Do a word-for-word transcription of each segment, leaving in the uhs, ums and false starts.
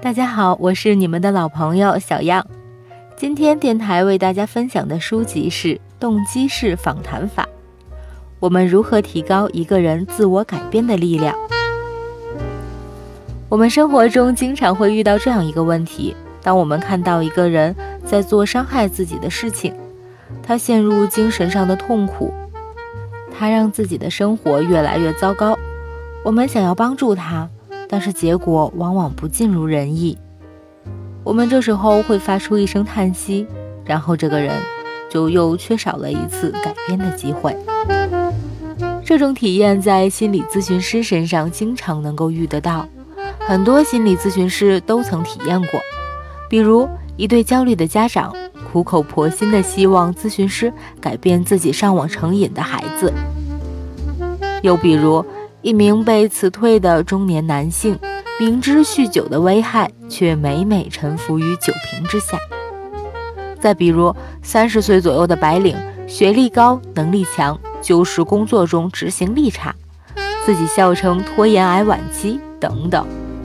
大家好，我是你们的老朋友小样。今天电台为大家分享的书籍是动机式访谈法，我们如何提高一个人自我改变的力量。我们生活中经常会遇到这样一个问题，当我们看到一个人在做伤害自己的事情，他陷入精神上的痛苦，他让自己的生活越来越糟糕，我们想要帮助他，但是结果往往不尽如人意。我们这时候会发出一声叹息，然后这个人就又缺少了一次改变的机会。这种体验在心理咨询师身上经常能够遇得到，很多心理咨询师都曾体验过。比如一对焦虑的家长苦口婆心地希望咨询师改变自己上网成瘾的孩子，又比如一名被辞退的中年男性，明知酗酒的危害，却每每臣服于酒瓶之下。再比如三十岁左右的白领，学历高，能力强，就是工作中执行力差，自己笑称拖延癌晚期等等。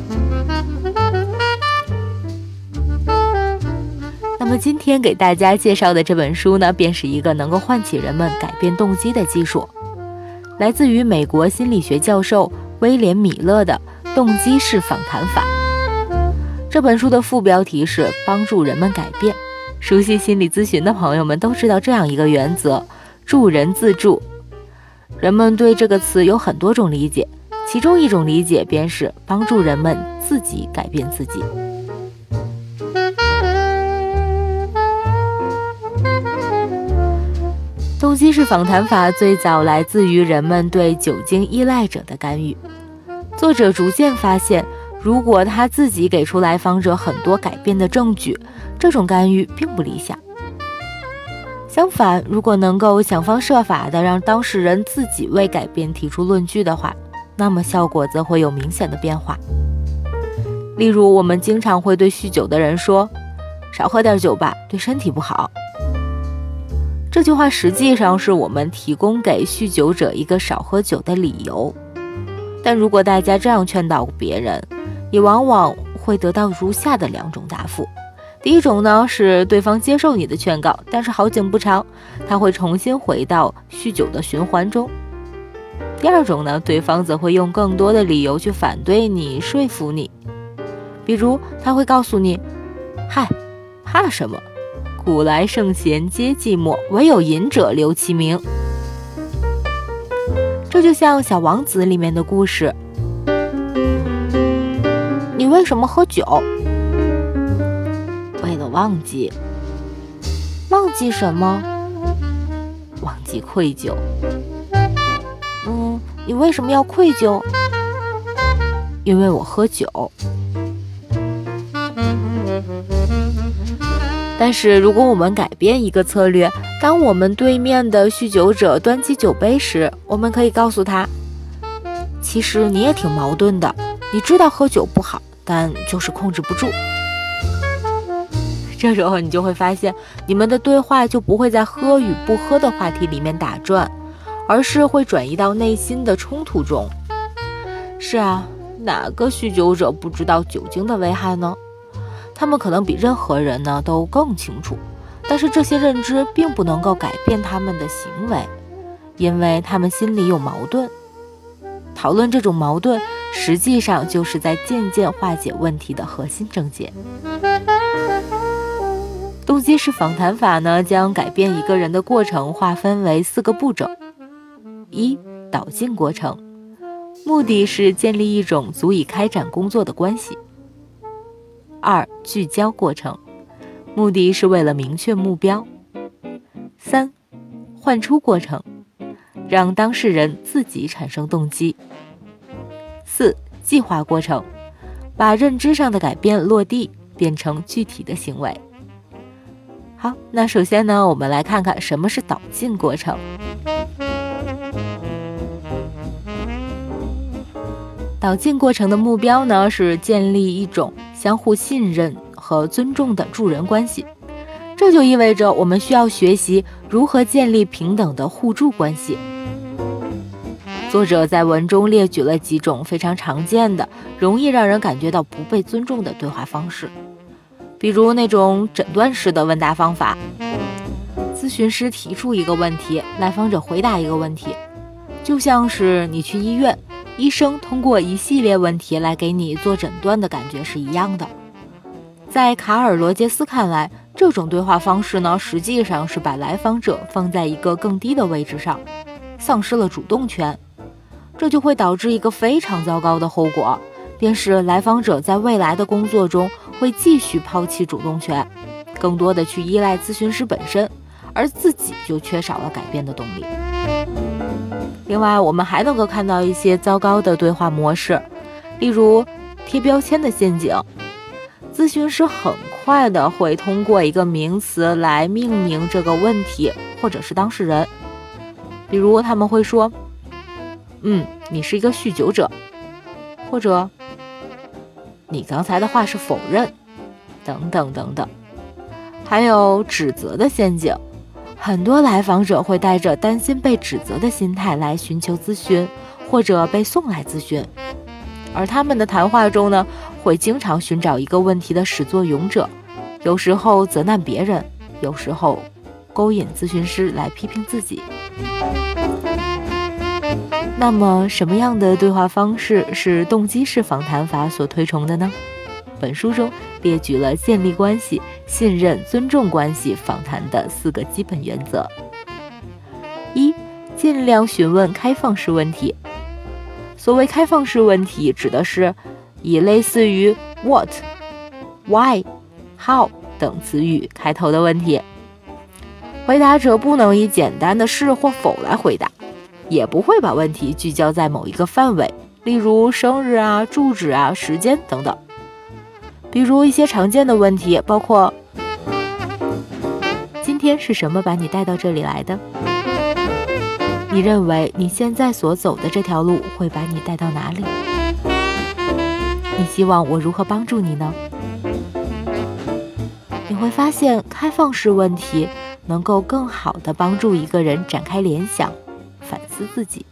那么今天给大家介绍的这本书呢，便是一个能够唤起人们改变动机的技术，来自于美国心理学教授威廉·米勒的动机式访谈法。这本书的副标题是帮助人们改变。熟悉心理咨询的朋友们都知道这样一个原则，助人自助。人们对这个词有很多种理解，其中一种理解便是帮助人们自己改变自己。动机式访谈法最早来自于人们对酒精依赖者的干预。作者逐渐发现，如果他自己给出来访者很多改变的证据，这种干预并不理想。相反，如果能够想方设法的让当事人自己为改变提出论据的话，那么效果则会有明显的变化。例如，我们经常会对酗酒的人说，少喝点酒吧，对身体不好。这句话实际上是我们提供给酗酒者一个少喝酒的理由，但如果大家这样劝导别人，也往往会得到如下的两种答复。第一种呢，是对方接受你的劝告，但是好景不长，他会重新回到酗酒的循环中。第二种呢，对方则会用更多的理由去反对你，说服你。比如他会告诉你，嗨，怕什么？古来圣贤皆寂寞，唯有饮者留其名。这就像小王子里面的故事，你为什么喝酒？为了忘记。忘记什么？忘记愧疚。嗯，你为什么要愧疚？因为我喝酒。但是如果我们改变一个策略，当我们对面的酗酒者端起酒杯时，我们可以告诉他，其实你也挺矛盾的，你知道喝酒不好，但就是控制不住。这时候你就会发现，你们的对话就不会在喝与不喝的话题里面打转，而是会转移到内心的冲突中。是啊，哪个酗酒者不知道酒精的危害呢？他们可能比任何人呢都更清楚，但是这些认知并不能够改变他们的行为，因为他们心里有矛盾。讨论这种矛盾，实际上就是在渐渐化解问题的核心症结。动机式访谈法呢，将改变一个人的过程划分为四个步骤。一、导进过程，目的是建立一种足以开展工作的关系。二、聚焦过程，目的是为了明确目标。三、唤出过程，让当事人自己产生动机。四、计划过程，把认知上的改变落地，变成具体的行为。好，那首先呢，我们来看看什么是导进过程。导进过程的目标呢，是建立一种相互信任和尊重的助人关系。这就意味着我们需要学习如何建立平等的互助关系。 作者在文中列举了几种非常常见的、容易让人感觉到不被尊重的对话方式，比如那种诊断式的问答方法，咨询师提出一个问题，来访者回答一个问题，就像是你去医院，医生通过一系列问题来给你做诊断的感觉是一样的。在卡尔·罗杰斯看来，这种对话方式呢，实际上是把来访者放在一个更低的位置上，丧失了主动权。这就会导致一个非常糟糕的后果，便是来访者在未来的工作中会继续抛弃主动权，更多的去依赖咨询师本身，而自己就缺少了改变的动力。另外，我们还能够看到一些糟糕的对话模式，例如贴标签的陷阱。咨询师很快的会通过一个名词来命名这个问题或者是当事人，比如他们会说，嗯，你是一个酗酒者，或者你刚才的话是否认，等等等等。还有指责的陷阱，很多来访者会带着担心被指责的心态来寻求咨询，或者被送来咨询，而他们的谈话中呢，会经常寻找一个问题的始作俑者，有时候责难别人，有时候勾引咨询师来批评自己。那么什么样的对话方式是动机式访谈法所推崇的呢？本书中列举了建立关系、信任、尊重关系访谈的四个基本原则。一、尽量询问开放式问题。所谓开放式问题，指的是以类似于 what、why、how 等词语开头的问题。回答者不能以简单的是或否来回答，也不会把问题聚焦在某一个范围，例如生日啊、住址啊、时间等等。比如一些常见的问题包括，今天是什么把你带到这里来的？你认为你现在所走的这条路会把你带到哪里？你希望我如何帮助你呢？你会发现开放式问题能够更好地帮助一个人展开联想，反思自己。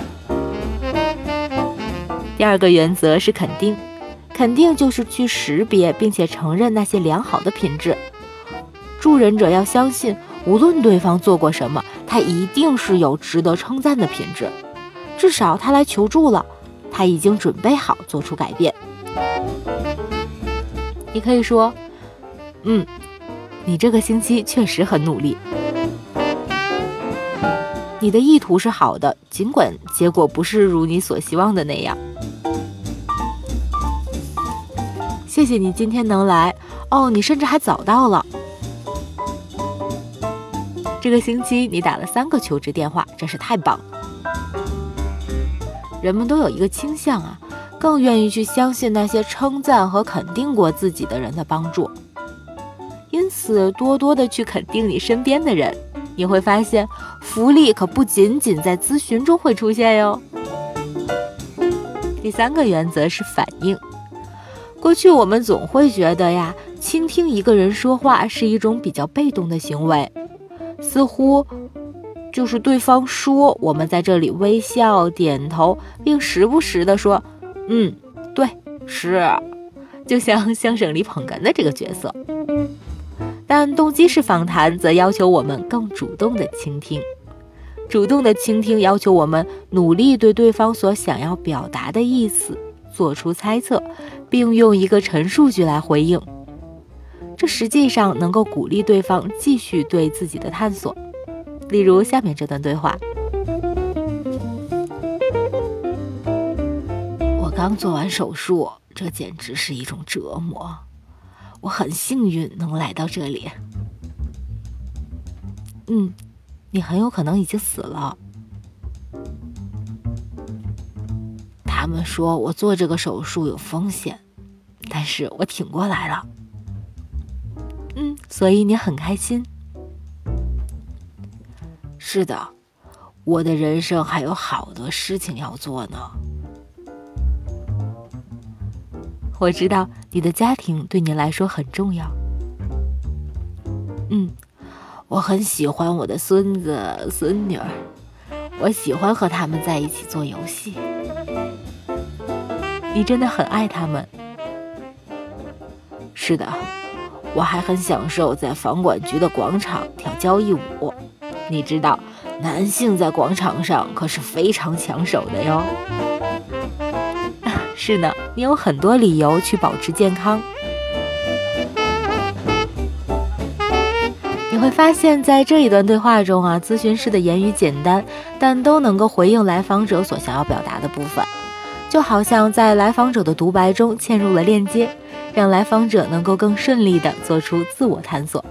第二个原则是肯定，肯定就是去识别并且承认那些良好的品质。助人者要相信，无论对方做过什么，他一定是有值得称赞的品质，至少他来求助了，他已经准备好做出改变。你可以说，嗯，你这个星期确实很努力，你的意图是好的，尽管结果不是如你所希望的那样。谢谢你今天能来，哦，你甚至还早到了。这个星期你打了三个求职电话，真是太棒了。人们都有一个倾向啊，更愿意去相信那些称赞和肯定过自己的人的帮助。因此，多多的去肯定你身边的人，你会发现福利可不仅仅在咨询中会出现哟。第三个原则是反应。过去我们总会觉得呀，倾听一个人说话是一种比较被动的行为，似乎就是对方说，我们在这里微笑点头，并时不时地说嗯，对，是，就像相声里捧哏的这个角色。但动机式访谈则要求我们更主动的倾听。主动的倾听要求我们努力对对方所想要表达的意思做出猜测，并用一个陈述句来回应。这实际上能够鼓励对方继续对自己的探索。例如下面这段对话：我刚做完手术，这简直是一种折磨。我很幸运能来到这里。嗯，你很有可能已经死了。他们说我做这个手术有风险，但是我挺过来了。嗯，所以你很开心？是的，我的人生还有好多事情要做呢。我知道你的家庭对你来说很重要。嗯，我很喜欢我的孙子孙女儿， 我喜欢和他们在一起做游戏。你真的很爱他们？是的，我还很享受在房管局的广场跳交谊舞。你知道，男性在广场上可是非常抢手的哟。是呢，你有很多理由去保持健康。你会发现在这一段对话中啊，咨询师的言语简单，但都能够回应来访者所想要表达的部分，就好像在来访者的独白中嵌入了链接，让来访者能够更顺利地做出自我探索。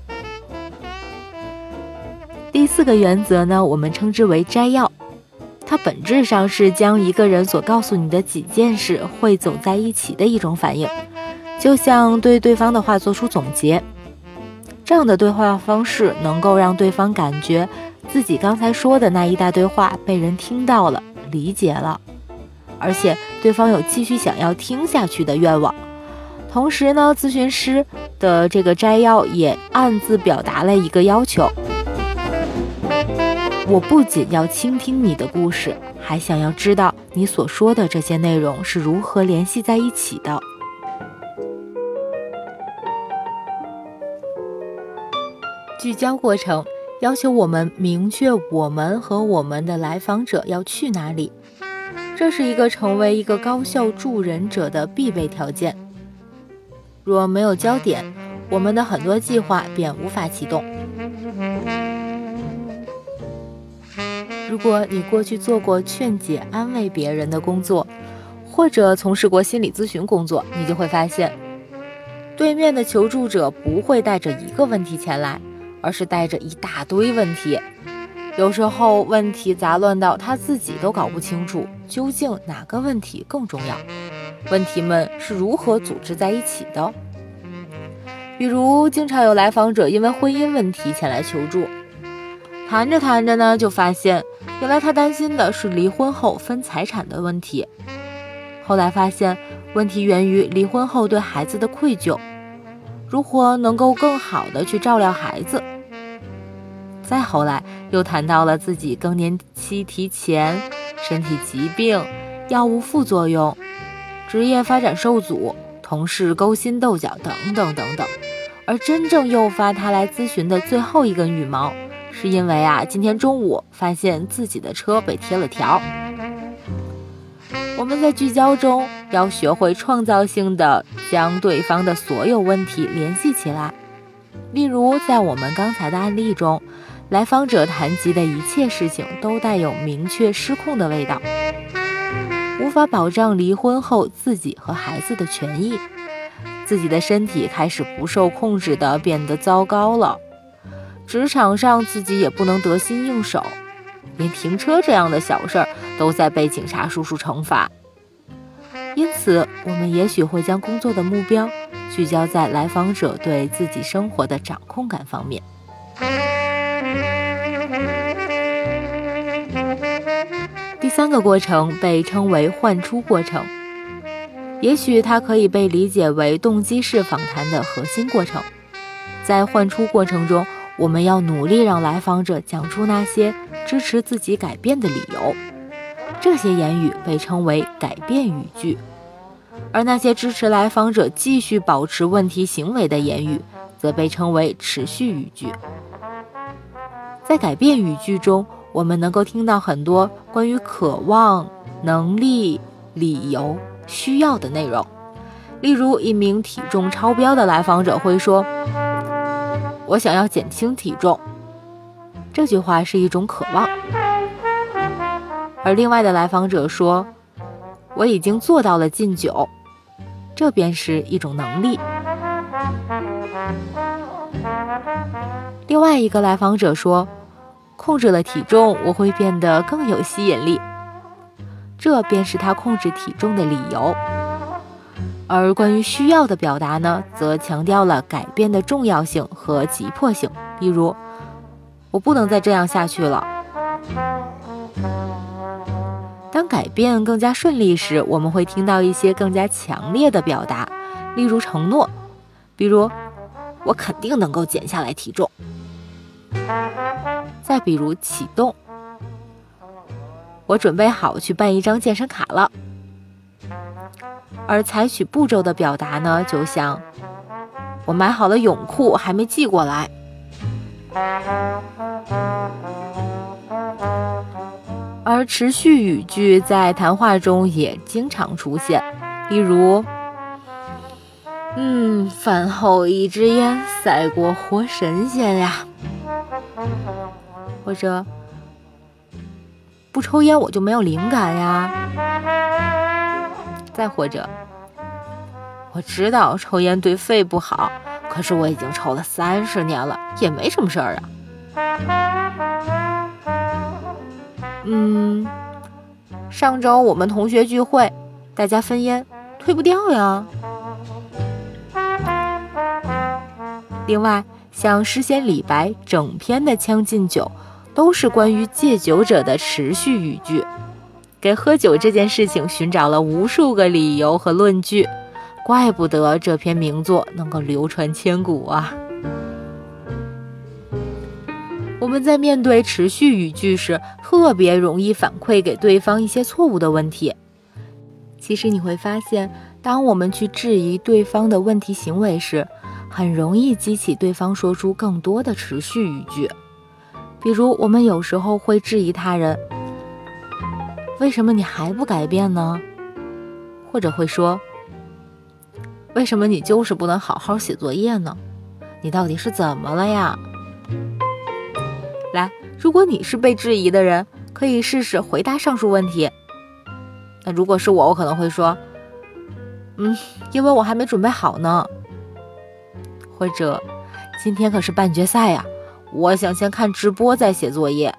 第四个原则呢，我们称之为摘要，它本质上是将一个人所告诉你的几件事汇总在一起的一种反应，就像对对方的话做出总结。这样的对话方式能够让对方感觉自己刚才说的那一大堆话被人听到了，理解了，而且对方有继续想要听下去的愿望。同时呢，咨询师的这个摘要也暗自表达了一个要求：我不仅要倾听你的故事，还想要知道你所说的这些内容是如何联系在一起的。聚焦过程要求我们明确我们和我们的来访者要去哪里，这是一个成为一个高效助人者的必备条件。若没有焦点，我们的很多计划便无法启动。如果你过去做过劝解、安慰别人的工作，或者从事过心理咨询工作，你就会发现，对面的求助者不会带着一个问题前来，而是带着一大堆问题。有时候问题杂乱到他自己都搞不清楚究竟哪个问题更重要，问题们是如何组织在一起的。比如经常有来访者因为婚姻问题前来求助，谈着谈着呢，就发现原来他担心的是离婚后分财产的问题。后来发现问题源于离婚后对孩子的愧疚，如何能够更好的去照料孩子。再后来又谈到了自己更年期提前、身体疾病、药物副作用、职业发展受阻、同事勾心斗角等等等等。而真正诱发他来咨询的最后一根羽毛，是因为啊，今天中午发现自己的车被贴了条。我们在聚焦中要学会创造性的将对方的所有问题联系起来。例如在我们刚才的案例中，来访者谈及的一切事情都带有明确失控的味道，无法保障离婚后自己和孩子的权益，自己的身体开始不受控制的变得糟糕了，职场上自己也不能得心应手，连停车这样的小事儿都在被警察叔叔惩罚。因此我们也许会将工作的目标聚焦在来访者对自己生活的掌控感方面。第三个过程被称为唤出过程，也许它可以被理解为动机式访谈的核心过程。在唤出过程中，我们要努力让来访者讲出那些支持自己改变的理由，这些言语被称为改变语句，而那些支持来访者继续保持问题行为的言语则被称为持续语句。在改变语句中，我们能够听到很多关于渴望、能力、理由、需要的内容。例如，一名体重超标的来访者会说：我想要减轻体重。这句话是一种渴望。而另外的来访者说：我已经做到了禁酒。这便是一种能力。另外一个来访者说：控制了体重，我会变得更有吸引力。这便是他控制体重的理由。而关于需要的表达呢，则强调了改变的重要性和急迫性。例如，我不能再这样下去了。当改变更加顺利时，我们会听到一些更加强烈的表达，例如承诺，比如我肯定能够减下来体重。再比如启动， 我准备好去办一张健身卡了。而采取步骤的表达呢，就像我买好了泳裤还没寄过来。而持续语句在谈话中也经常出现，例如嗯，饭后一支烟赛过活神仙呀，或者不抽烟我就没有灵感呀，再或者我知道抽烟对肺不好，可是我已经抽了三十年了，也没什么事儿啊。嗯，上周我们同学聚会，大家分烟，推不掉呀。另外，像诗仙李白整篇的《将进酒》，都是关于戒酒者的持续语句，给喝酒这件事情寻找了无数个理由和论据，怪不得这篇名作能够流传千古啊。我们在面对持续语句时，特别容易反馈给对方一些错误的问题。其实你会发现，当我们去质疑对方的问题行为时，很容易激起对方说出更多的持续语句。比如，我们有时候会质疑他人，为什么你还不改变呢？或者会说，为什么你就是不能好好写作业呢？你到底是怎么了呀？来，如果你是被质疑的人，可以试试回答上述问题。那如果是我，我可能会说，嗯，因为我还没准备好呢。或者，今天可是半决赛呀，我想先看直播再写作业。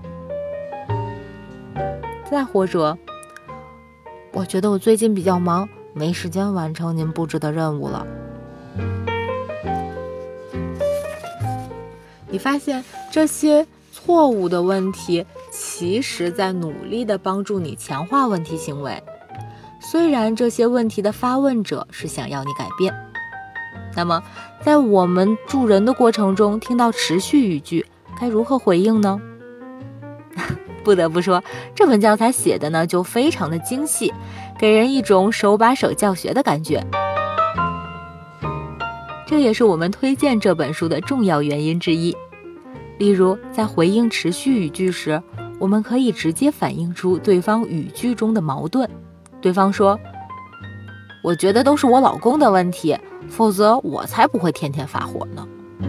再或者，我觉得我最近比较忙，没时间完成您布置的任务了。你发现这些错误的问题，其实在努力地帮助你强化问题行为。虽然这些问题的发问者是想要你改变，那么在我们助人的过程中，听到持续语句，该如何回应呢？不得不说，这本教材写的呢就非常的精细，给人一种手把手教学的感觉。这也是我们推荐这本书的重要原因之一。例如，在回应持续语句时，我们可以直接反映出对方语句中的矛盾。对方说，我觉得都是我老公的问题，否则我才不会天天发火呢。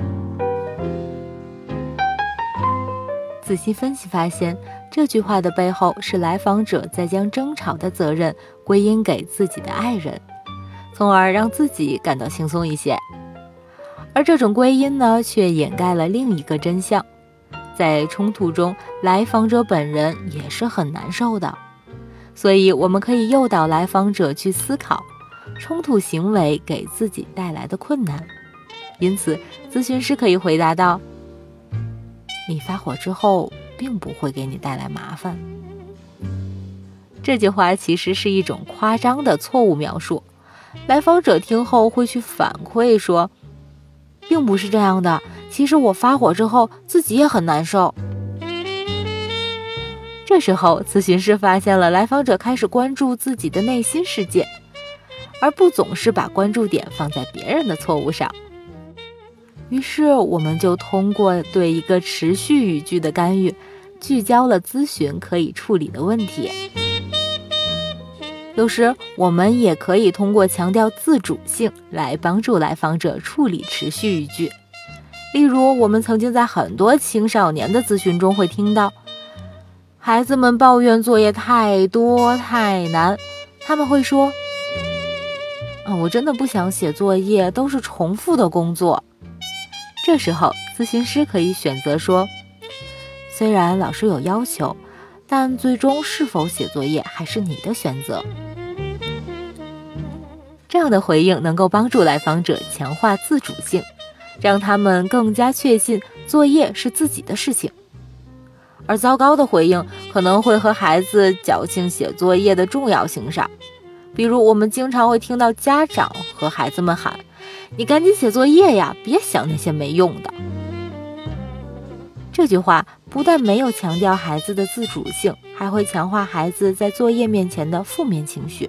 仔细分析发现，这句话的背后是来访者在将争吵的责任归因给自己的爱人，从而让自己感到轻松一些。而这种归因呢，却掩盖了另一个真相，在冲突中，来访者本人也是很难受的。所以我们可以诱导来访者去思考冲突行为给自己带来的困难。因此，咨询师可以回答道，你发火之后并不会给你带来麻烦。这句话其实是一种夸张的错误描述，来访者听后会去反馈说，并不是这样的，其实我发火之后自己也很难受。这时候咨询师发现了来访者开始关注自己的内心世界，而不总是把关注点放在别人的错误上。于是我们就通过对一个持续语句的干预，聚焦了咨询可以处理的问题。有时我们也可以通过强调自主性来帮助来访者处理持续语句。例如，我们曾经在很多青少年的咨询中会听到，孩子们抱怨作业太多太难，他们会说，啊，我真的不想写作业，都是重复的工作。这时候咨询师可以选择说，虽然老师有要求，但最终是否写作业还是你的选择。这样的回应能够帮助来访者强化自主性，让他们更加确信作业是自己的事情。而糟糕的回应可能会和孩子矫情写作业的重要性上，比如我们经常会听到家长和孩子们喊，你赶紧写作业呀，别想那些没用的。 这句话不但没有强调孩子的自主性，还会强化孩子在作业面前的负面情绪。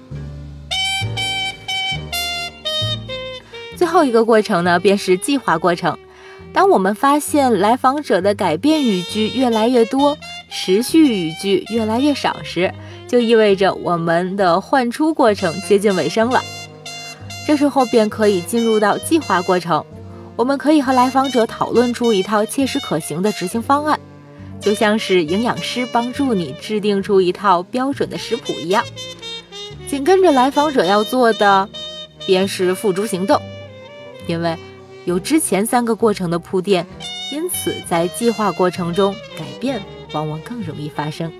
最后一个过程呢，便是计划过程。当我们发现来访者的改变语句越来越多，持续语句越来越少时，就意味着我们的换出过程接近尾声了。这时候便可以进入到计划过程。我们可以和来访者讨论出一套切实可行的执行方案，就像是营养师帮助你制定出一套标准的食谱一样。紧跟着来访者要做的便是付诸行动，因为有之前三个过程的铺垫，因此在计划过程中改变往往更容易发生。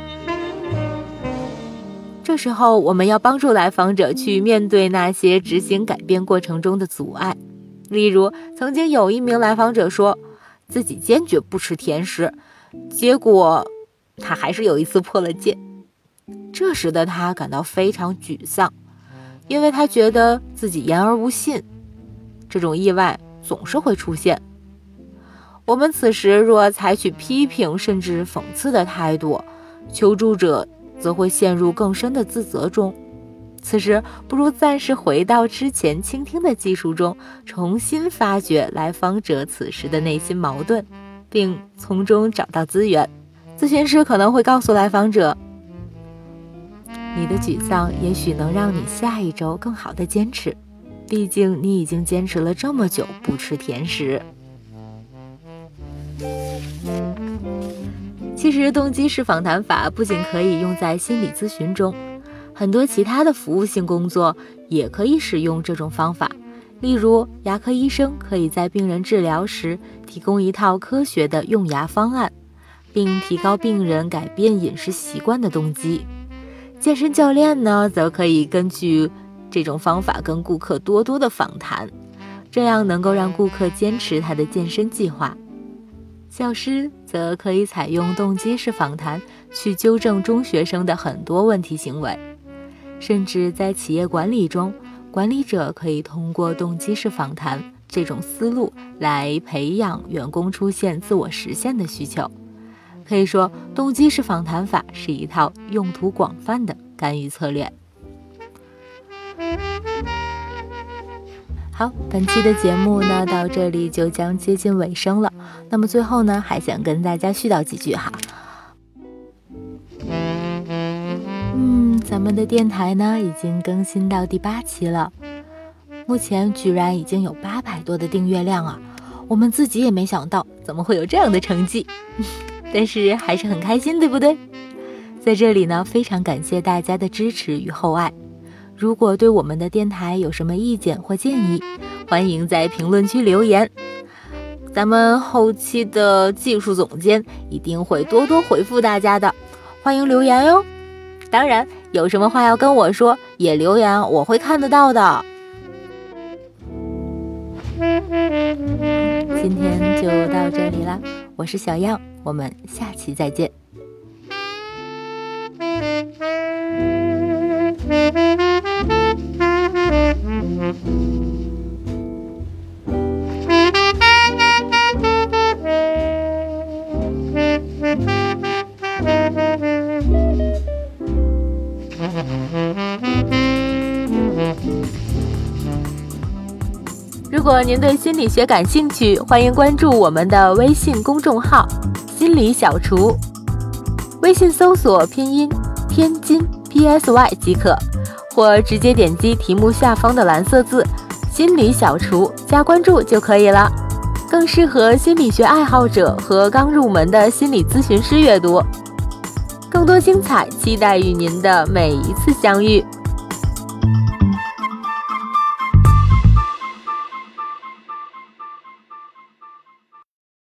这时候我们要帮助来访者去面对那些执行改变过程中的阻碍。例如，曾经有一名来访者说自己坚决不吃甜食，结果他还是有一次破了戒。这时的他感到非常沮丧，因为他觉得自己言而无信，这种意外总是会出现。我们此时若采取批评甚至讽刺的态度，求助者则会陷入更深的自责中。此时不如暂时回到之前倾听的技术中，重新发掘来访者此时的内心矛盾，并从中找到资源。咨询师可能会告诉来访者，你的沮丧也许能让你下一周更好的坚持，毕竟你已经坚持了这么久不吃甜食。其实动机式访谈法不仅可以用在心理咨询中，很多其他的服务性工作也可以使用这种方法。例如，牙科医生可以在病人治疗时提供一套科学的用牙方案，并提高病人改变饮食习惯的动机。健身教练呢，则可以根据这种方法跟顾客多多的访谈，这样能够让顾客坚持他的健身计划。教师则可以采用动机式访谈去纠正中学生的很多问题行为。甚至在企业管理中，管理者可以通过动机式访谈这种思路来培养员工出现自我实现的需求。可以说，动机式访谈法是一套用途广泛的干预策略。好，本期的节目呢，到这里就将接近尾声了。那么最后呢，还想跟大家絮叨几句哈。嗯，咱们的电台呢已经更新到第八期了，目前居然已经有八百多的订阅量啊！我们自己也没想到，怎么会有这样的成绩？但是还是很开心，对不对？在这里呢，非常感谢大家的支持与厚爱。如果对我们的电台有什么意见或建议，欢迎在评论区留言。咱们后期的技术总监一定会多多回复大家的，欢迎留言哟。当然，有什么话要跟我说，也留言，我会看得到的。今天就到这里啦，我是小样，我们下期再见。如果您对心理学感兴趣，欢迎关注我们的微信公众号心理小厨，微信搜索拼音天津 P S Y 即可，或直接点击题目下方的蓝色字心理小厨加关注就可以了，更适合心理学爱好者和刚入门的心理咨询师阅读。更多精彩，期待与您的每一次相遇。